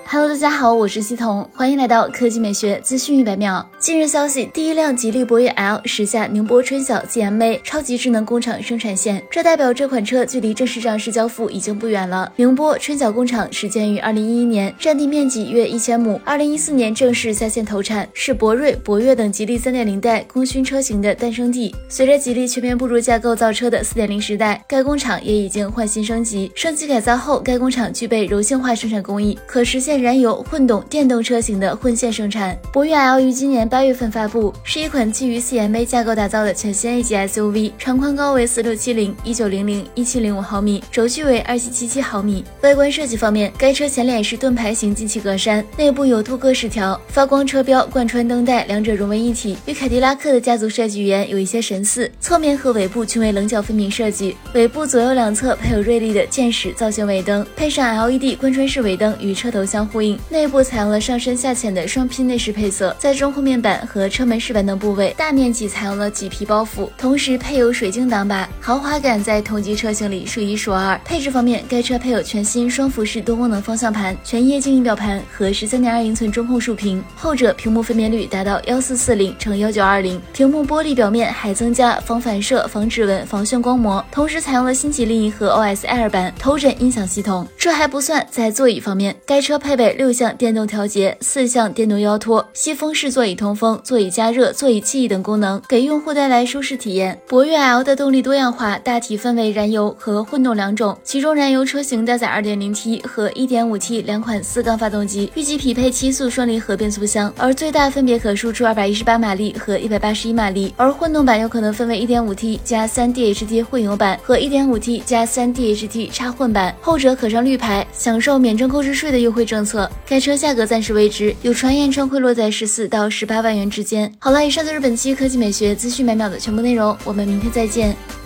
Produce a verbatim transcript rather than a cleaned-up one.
Hello， 大家好，我是西彤，欢迎来到科技美学资讯一百秒。近日消息，第一辆吉利博越 L 时下宁波春晓 G M A 超级智能工厂生产线，这代表这款车距离正式上市交付已经不远了。宁波春晓工厂始建于二零一一年，占地面积约一千亩，二零一四年正式下线投产，是博瑞、博越等吉利 三点零 代功勋车型的诞生地。随着吉利全面步入架构造车的 四点零 时代，该工厂也已经换新升级，升级改造后，该工厂具备柔性化生产工艺，可实现燃油、混动、电动车型的混线生产。博越 L 于今年八月份发布，是一款基于 C M A 架构打造的全新 A 级 S U V， 长宽高为四六七零、一九零零、一七零五毫米，轴距为二七七七毫米。外观设计方面，该车前脸是盾牌型进气格栅，内部有镀铬饰条，发光车标贯穿灯带，两者融为一体，与凯迪拉克的家族设计语言有一些神似。侧面和尾部均为棱角分明设计，尾部左右两侧配有锐利的箭矢造型尾灯，配上 L E D 贯穿式尾灯与车头相呼应。内部采用了上深下浅的双拼内饰配色，在中后面板和车门饰板等部位大面积采用了麂皮包覆，同时配有水晶挡把，豪华感在同级车型里数一数二。配置方面，该车配有全新双辐式多功能方向盘、全液晶仪表盘和 十三点二英寸中控竖屏，后者屏幕分辨率达到一四四零乘一九二零，屏幕玻璃表面还增加防反射、防指纹、防眩光膜，同时采用了新吉利银河 O S Air 版头枕音响系统。这还不算，在座椅方面，该车配备六项电动调节、四项电动腰托、吸风式座椅通风、座椅加热、座椅气椅等功能，给用户带来舒适体验。博越 L 的动力多样化，大体分为燃油和混动两种，其中燃油车型搭载 二点零 T 和 一点五 T 两款四缸发动机，预计匹配七速双离合变速箱，而最大分别可输出二百一十八马力和一百八十一马力。而混动版有可能分为 一点五 T 加 三 D H T 混油版和 一点五 T 加 三 D H T 插混版，后者可上绿牌，享受免征购置税的优惠政策。该车价格暂时未知，有传言称会落在十四到十八万元之间。好了，以上就是本期科技美学资讯百秒的全部内容，我们明天再见。